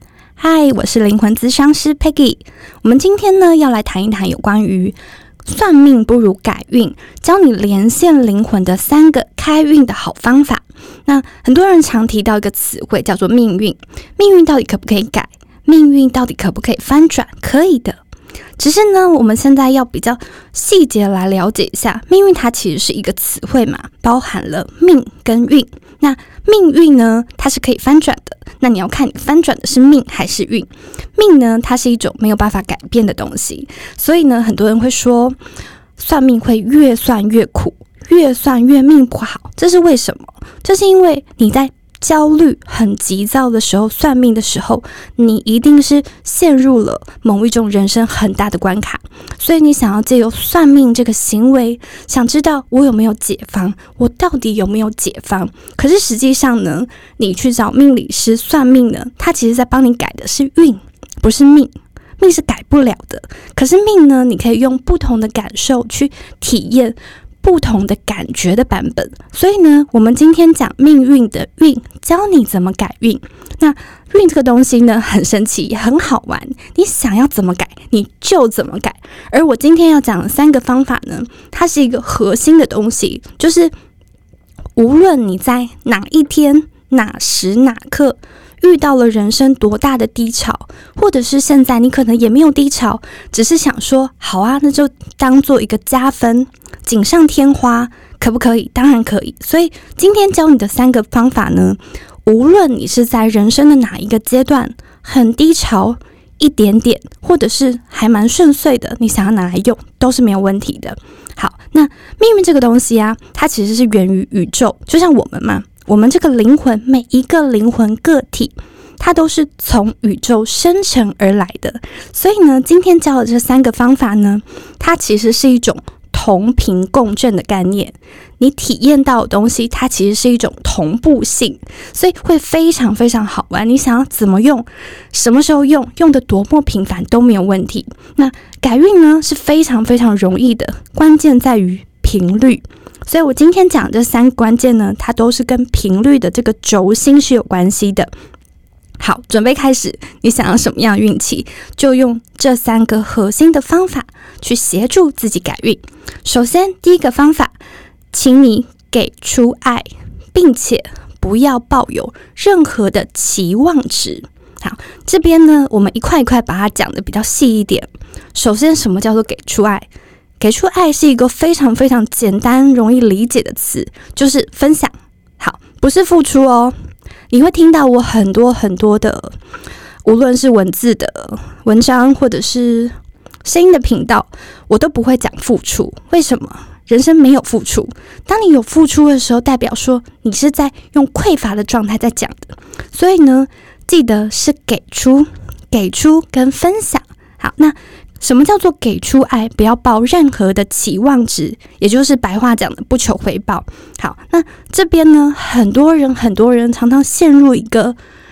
嗨，我是灵魂咨商师 Peggy。我们今天呢要来谈一谈有关于算命不如改运，教你连线灵魂的3个开运的好方法。那很多人常提到一个词汇叫做命运，命运到底可不可以改？命运到底可不可以翻转？可以的。只是呢，我们现在要比较细节来了解一下，命运它其实是一个词汇嘛，包含了命跟运。那命运呢，它是可以翻转的，那你要看你翻转的是命还是运。命呢，它是一种没有办法改变的东西，所以呢，很多人会说算命会越算越苦，越算越命不好，这是为什么？这是因为你在焦虑很急躁的时候算命的时候，你一定是陷入了某一种人生很大的关卡，所以你想要借由算命这个行为，想知道我有没有解方，我到底有没有解方。可是实际上呢，你去找命理师算命呢，他其实在帮你改的是运，不是命。命是改不了的，可是命呢，你可以用不同的感受去体验不同的感觉的版本。所以呢，我们今天讲命运的运，教你怎么改运。那运这个东西呢，很神奇，也很好玩，你想要怎么改你就怎么改。而我今天要讲的3个方法呢，它是一个核心的东西，就是无论你在哪一天哪时哪刻遇到了人生多大的低潮，或者是现在你可能也没有低潮，只是想说好啊，那就当做一个加分，锦上添花，可不可以？当然可以。所以今天教你的3个方法呢，无论你是在人生的哪一个阶段很低潮一点点，或者是还蛮顺遂的，你想要拿来用都是没有问题的。好，那命运这个东西啊，它其实是源于宇宙，就像我们嘛，我们这个灵魂，每一个灵魂个体，它都是从宇宙生成而来的。所以呢，今天教的这3个方法呢，它其实是一种同频共振的概念。你体验到的东西，它其实是一种同步性，所以会非常非常好玩。你想要怎么用，什么时候用，用的多么频繁都没有问题。那改运呢，是非常非常容易的，关键在于频率。所以我今天讲这3个关键呢，它都是跟频率的这个轴心是有关系的。好，准备开始，你想要什么样的运气，就用这3个核心的方法去协助自己改运。首先，第一个方法，请你给出爱，并且不要抱有任何的期望值。好，这边呢，我们一块一块把它讲的比较细一点。首先，什么叫做给出爱？给出爱是一个非常非常简单容易理解的词，就是分享。好，不是付出哦。你会听到我很多很多的，无论是文字的文章或者是声音的频道，我都不会讲付出。为什么？人生没有付出。当你有付出的时候，代表说你是在用匮乏的状态在讲的。所以呢，记得是给出跟分享。好，那什么叫做给出爱？不要抱任何的期望值，也就是白话讲的不求回报。好，那这边呢，很多人常常陷入一个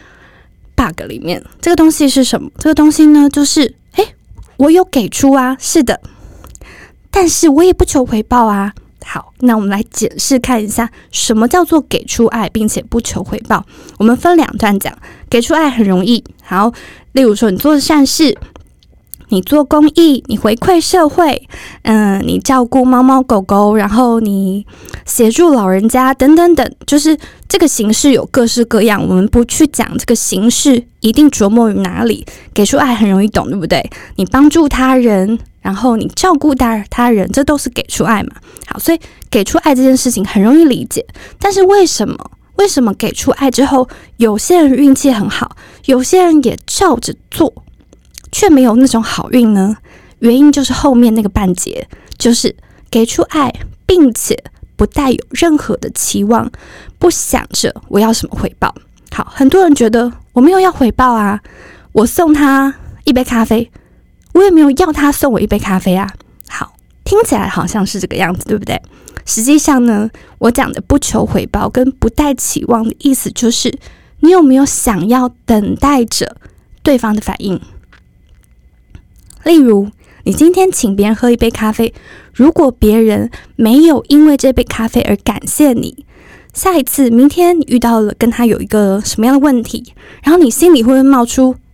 bug 里面。这个东西是什么？这个东西呢，就是我有给出啊，是的，但是我也不求回报啊。好，那我们来解释看一下，什么叫做给出爱并且不求回报。我们分2段讲。给出爱很容易，好，例如说你做善事，你做公益，你回馈社会，你照顾猫猫狗狗，然后你协助老人家等等等，就是这个形式有各式各样，我们不去讲这个形式一定着墨于哪里。给出爱很容易懂，对不对？你帮助他人，然后你照顾他人，这都是给出爱嘛。好，所以给出爱这件事情很容易理解，但是为什么给出爱之后，有些人运气很好，有些人也照着做，却没有那种好运呢？原因就是后面那个半截，就是给出爱，并且不带有任何的期望，不想着我要什么回报。好，很多人觉得我没有要回报啊，我送他一杯咖啡，我也没有要他送我一杯咖啡啊。好，听起来好像是这个样子，对不对？实际上呢，我讲的不求回报跟不带期望的意思就是，你有没有想要等待着对方的反应？例如，你今天请别人喝一杯咖啡，如果别人没有因为这杯咖啡而感谢你，下一次明天你遇到了跟他有一个什么样的问题，然后你心里会冒出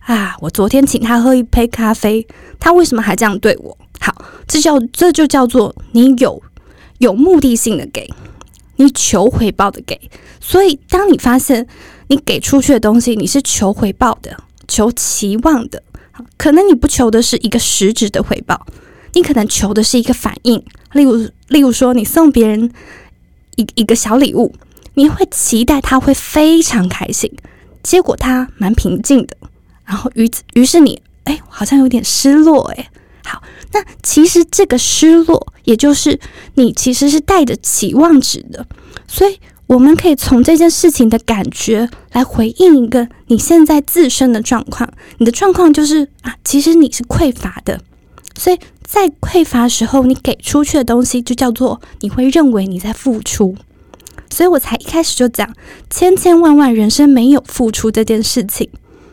我昨天请他喝一杯咖啡，他为什么还这样对我？好，这就叫做你有目的性的给，你求回报的给。所以当你发现你给出去的东西你是求回报的，求期望的，可能你不求的是一个实质的回报，你可能求的是一个反应。例如说你送别人一个小礼物，你会期待他会非常开心，结果他蛮平静的，然后于是你好像有点失落好，那其实这个失落也就是你其实是带着期望值的，所以我们可以从这件事情的感觉来回应一个你现在自身的状况。你的状况就是其实你是匮乏的，所以在匮乏的时候你给出去的东西就叫做你会认为你在付出。所以我才一开始就讲千万人生没有付出这件事情，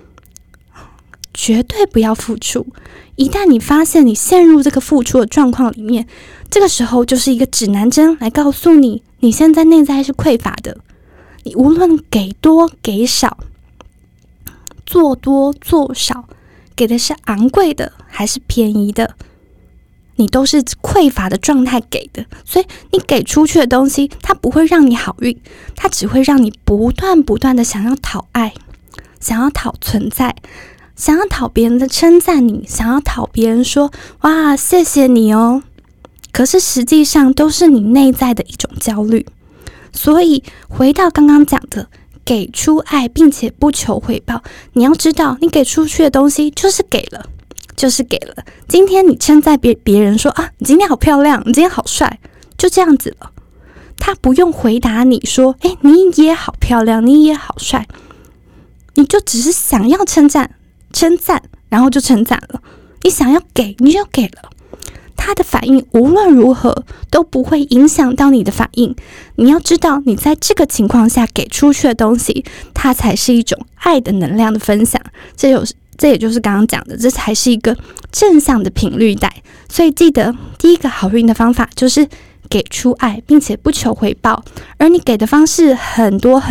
绝对不要付出。一旦你发现你陷入这个付出的状况里面，这个时候就是一个指南针来告诉你，你现在内在是匮乏的。你无论给多给少，做多做少，给的是昂贵的还是便宜的，你都是匮乏的状态给的。所以你给出去的东西它不会让你好运，它只会让你不断的想要讨爱，想要讨存在，想要讨别人的称赞你，想要讨别人说哇谢谢你哦。可是实际上都是你内在的一种焦虑。所以回到刚刚讲的给出爱并且不求回报，你要知道你给出去的东西就是给了。今天你称赞别人说你今天好漂亮，你今天好帅，就这样子了。他不用回答你说你也好漂亮，你也好帅，你就只是想要称赞，然后就称赞了。你想要给你就给了，他的反应无论如何都不会影响到你的反应。你要知道你在这个情况下给出去的东西，它才是一种爱的能量的分享。这也就是刚刚讲的，这才是一个正向的频率带。所以记得第一个好运的方法就是给出爱并且不求回报，而你给的方式很多。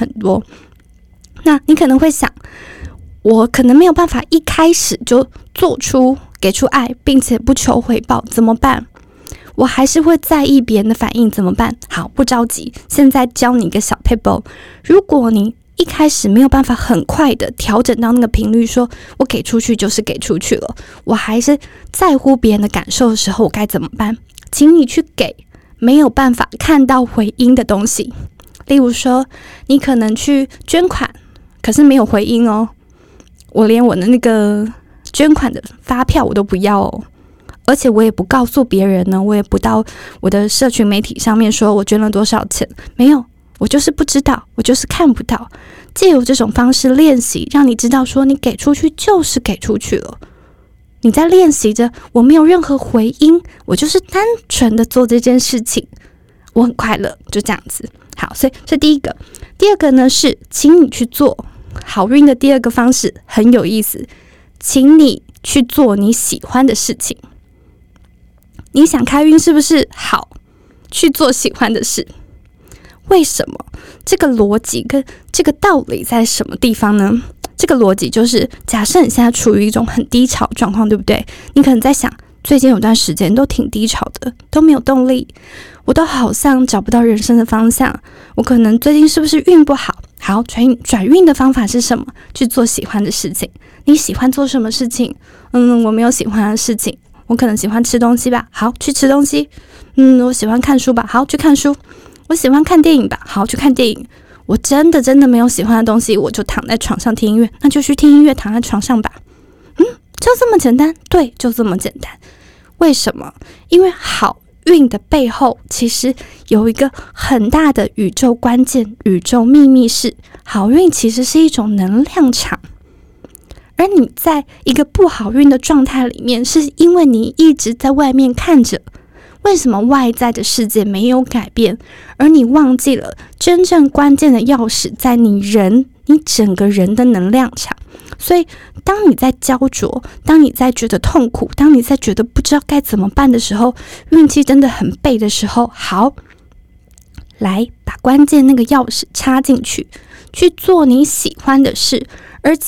那你可能会想，我可能没有办法一开始就给出爱并且不求回报，怎么办？我还是会在意别人的反应，怎么办？好，不着急，现在教你一个小 paper。 如果你一开始没有办法很快的调整到那个频率，说我给出去就是给出去了，我还是在乎别人的感受的时候，我该怎么办？请你去给没有办法看到回音的东西。例如说你可能去捐款，可是没有回音哦，我连我的那个捐款的发票我都不要哦，而且我也不告诉别人呢，我也不到我的社群媒体上面说我捐了多少钱，没有，我就是不知道，我就是看不到。借由这种方式练习，让你知道说你给出去就是给出去了。你在练习着，我没有任何回音，我就是单纯的做这件事情，我很快乐，就这样子。好，所以这第一个。第二个呢是，请你去做好运的第二个方式很有意思，请你去做你喜欢的事情。你想开运是不是？好，去做喜欢的事。为什么？这个逻辑跟这个道理在什么地方呢？这个逻辑就是，假设你现在处于一种很低潮状况，对不对？你可能在想，最近有段时间都挺低潮的，都没有动力，我都好像找不到人生的方向，我可能最近是不是运不好？好，转运的方法是什么？去做喜欢的事情。你喜欢做什么事情？我没有喜欢的事情，我可能喜欢吃东西吧，好，去吃东西。我喜欢看书吧，好，去看书。我喜欢看电影吧，好，去看电影。我真的没有喜欢的东西，我就躺在床上听音乐，那就去听音乐，躺在床上吧。就这么简单。对，就这么简单。为什么？因为好运的背后其实有一个很大的宇宙关键，宇宙秘密是，好运其实是一种能量场。而你在一个不好运的状态里面，是因为你一直在外面看着，为什么外在的世界没有改变，而你忘记了真正关键的钥匙在你整个人的能量场。所以当你在焦灼，当你在觉得痛苦，当你在觉得不知道该怎么办的时候，运气真的很背的时候，好，来把关键那个钥匙插进去，去做你喜欢的事，而且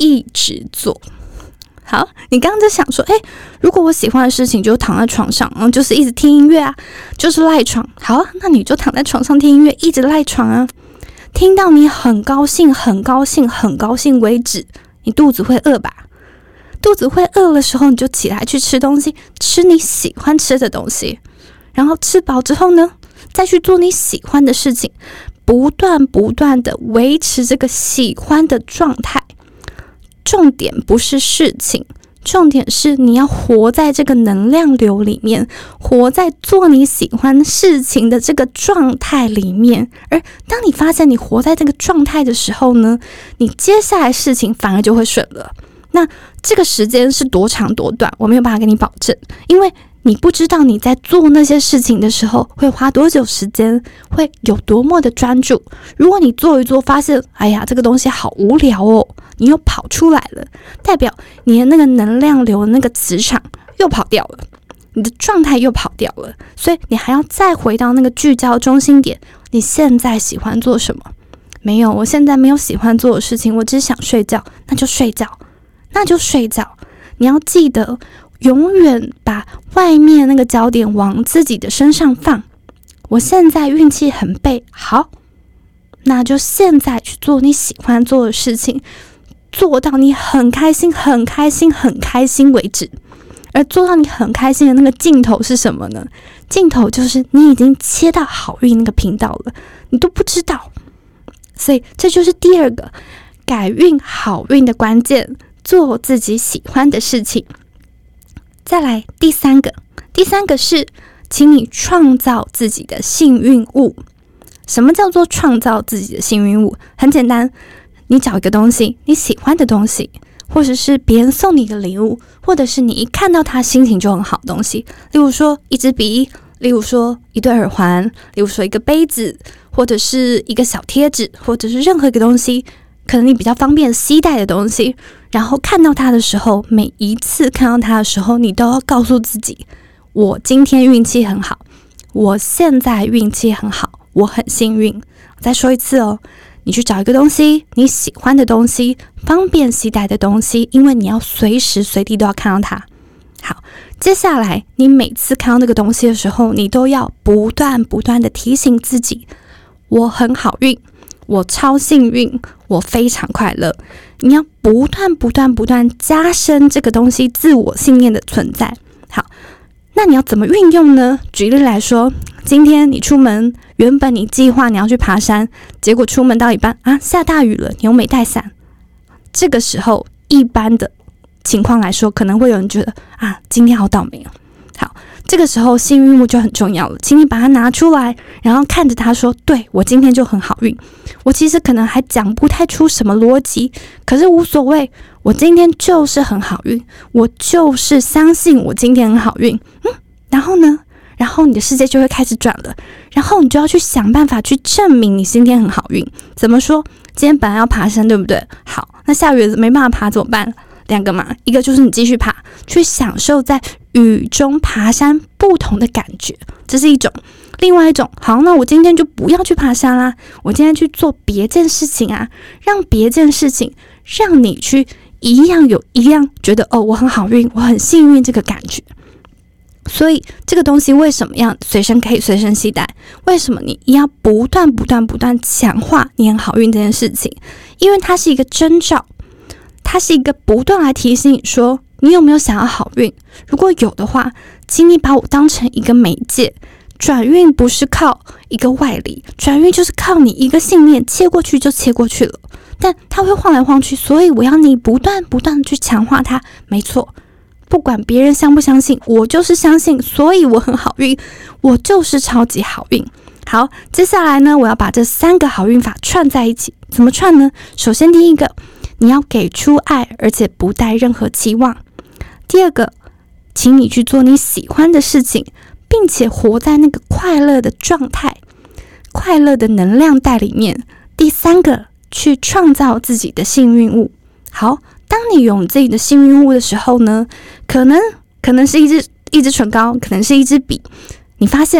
一直做。好，你刚刚就想说，如果我喜欢的事情就躺在床上，就是一直听音乐啊，就是赖床。好啊，那你就躺在床上听音乐，一直赖床啊，听到你很高兴、很高兴、很高兴为止。你肚子会饿吧？肚子会饿的时候，你就起来去吃东西，吃你喜欢吃的东西，然后吃饱之后呢，再去做你喜欢的事情，不断的维持这个喜欢的状态。重点不是事情，重点是你要活在这个能量流里面，活在做你喜欢事情的这个状态里面。而当你发现你活在这个状态的时候呢，你接下来事情反而就会顺了。那这个时间是多长多短，我没有办法跟你保证，因为你不知道你在做那些事情的时候会花多久时间，会有多么的专注。如果你做一做发现，哎呀，这个东西好无聊哦，你又跑出来了，代表你的那个能量流的那个磁场又跑掉了，你的状态又跑掉了，所以你还要再回到那个聚焦中心点。你现在喜欢做什么？没有，我现在没有喜欢做的事情，我只想睡觉，那就睡觉，那就睡觉。你要记得永远把外面那个焦点往自己的身上放。我现在运气很背，好，那就现在去做你喜欢做的事情，做到你很开心、很开心、很开心为止。而做到你很开心的那个尽头是什么呢？尽头就是你已经切到好运那个频道了，你都不知道。所以这就是第二个改运好运的关键，做自己喜欢的事情。再来第三个是请你创造自己的幸运物。什么叫做创造自己的幸运物？很简单，你找一个东西，你喜欢的东西，或者是别人送你的礼物，或者是你一看到它心情就很好的东西，例如说一支笔，例如说一对耳环，例如说一个杯子，或者是一个小贴纸，或者是任何一个东西，可能你比较方便携带的东西。然后看到它的时候，每一次看到它的时候，你都要告诉自己，我今天运气很好，我现在运气很好，我很幸运。我再说一次哦，你去找一个东西，你喜欢的东西，方便携带的东西，因为你要随时随地都要看到它。好，接下来你每次看到那个东西的时候，你都要不断的提醒自己，我很好运，我超幸运，我非常快乐。你要不断加深这个东西自我信念的存在。好，那你要怎么运用呢？举例来说，今天你出门，原本你计划你要去爬山，结果出门到一半啊，下大雨了，你又没带伞。这个时候一般的情况来说，可能会有人觉得啊，今天好倒霉哦。好，这个时候幸运物就很重要了，请你把它拿出来，然后看着它说，对，我今天就很好运。我其实可能还讲不太出什么逻辑，可是无所谓，我今天就是很好运，我就是相信我今天很好运。然后呢？然后你的世界就会开始转了，然后你就要去想办法去证明你今天很好运。怎么说？今天本来要爬山，对不对？好，那下雨没办法爬怎么办？两个嘛，一个就是你继续爬，去享受在雨中爬山不同的感觉，这是一种。另外一种，好，那我今天就不要去爬山啦，我今天去做别件事情啊，让别件事情让你去一样觉得哦，我很好运，我很幸运这个感觉。所以这个东西为什么要可以随身携带？为什么你要不断强化你很好运这件事情？因为它是一个征兆，它是一个不断来提醒你说，你有没有想要好运？如果有的话，请你把我当成一个媒介。转运不是靠一个外力，转运就是靠你一个信念，切过去就切过去了。但它会晃来晃去，所以我要你不断的去强化它。没错，不管别人相不相信，我就是相信，所以我很好运，我就是超级好运。好，接下来呢，我要把这3个好运法串在一起。怎么串呢？首先第一个，你要给出爱，而且不带任何期望。第二个，请你去做你喜欢的事情，并且活在那个快乐的状态，快乐的能量带里面。第3个，去创造自己的幸运物。好，当你有自己的幸运物的时候呢，可能是一支唇膏，可能是一支笔，你发现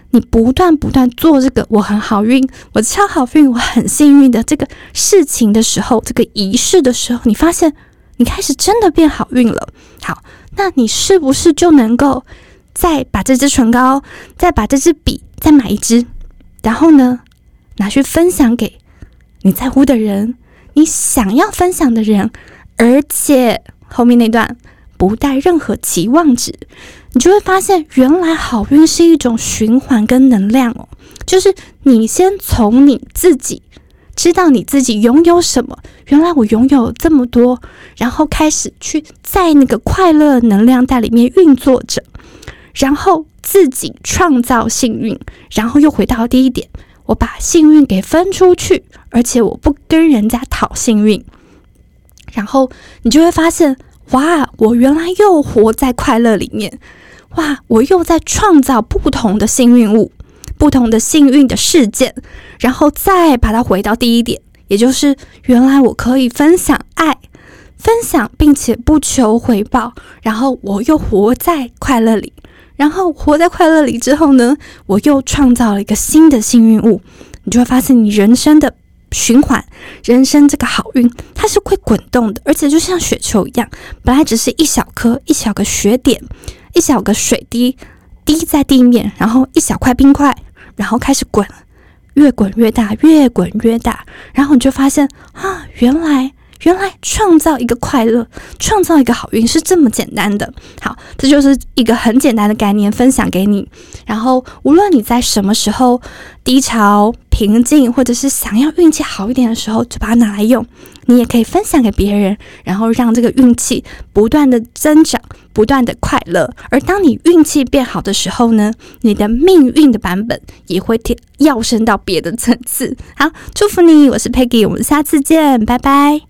你不断做这个我很好运，我超好运，我很幸运的这个事情的时候，这个仪式的时候，你发现你开始真的变好运了。好，那你是不是就能够再把这支唇膏，再把这支笔，再买一支，然后呢拿去分享给你在乎的人，你想要分享的人，而且后面那段不带任何期望值，你就会发现原来好运是一种循环跟能量哦。就是你先从你自己知道你自己拥有什么，原来我拥有这么多，然后开始去在那个快乐能量带里面运作着，然后自己创造幸运，然后又回到第一点，我把幸运给分出去，而且我不跟人家讨幸运，然后你就会发现，哇，我原来又活在快乐里面，哇，我又在创造不同的幸运物，不同的幸运的事件，然后再把它回到第一点，也就是原来我可以分享爱，分享并且不求回报，然后我又活在快乐里，然后活在快乐里之后呢，我又创造了一个新的幸运物，你就会发现你人生的循环，人生这个好运它是会滚动的，而且就像雪球一样，本来只是一小个雪点，一小个水滴滴在地面，然后一小块冰块，然后开始滚，越滚越大，越滚越大，然后你就发现啊，原来创造一个快乐，创造一个好运是这么简单的。好，这就是一个很简单的概念分享给你，然后无论你在什么时候低潮、平静，或者是想要运气好一点的时候，就把它拿来用，你也可以分享给别人，然后让这个运气不断的增长，不断的快乐。而当你运气变好的时候呢，你的命运的版本也会跃升到别的层次。好，祝福你，我是 Peggy， 我们下次见，拜拜。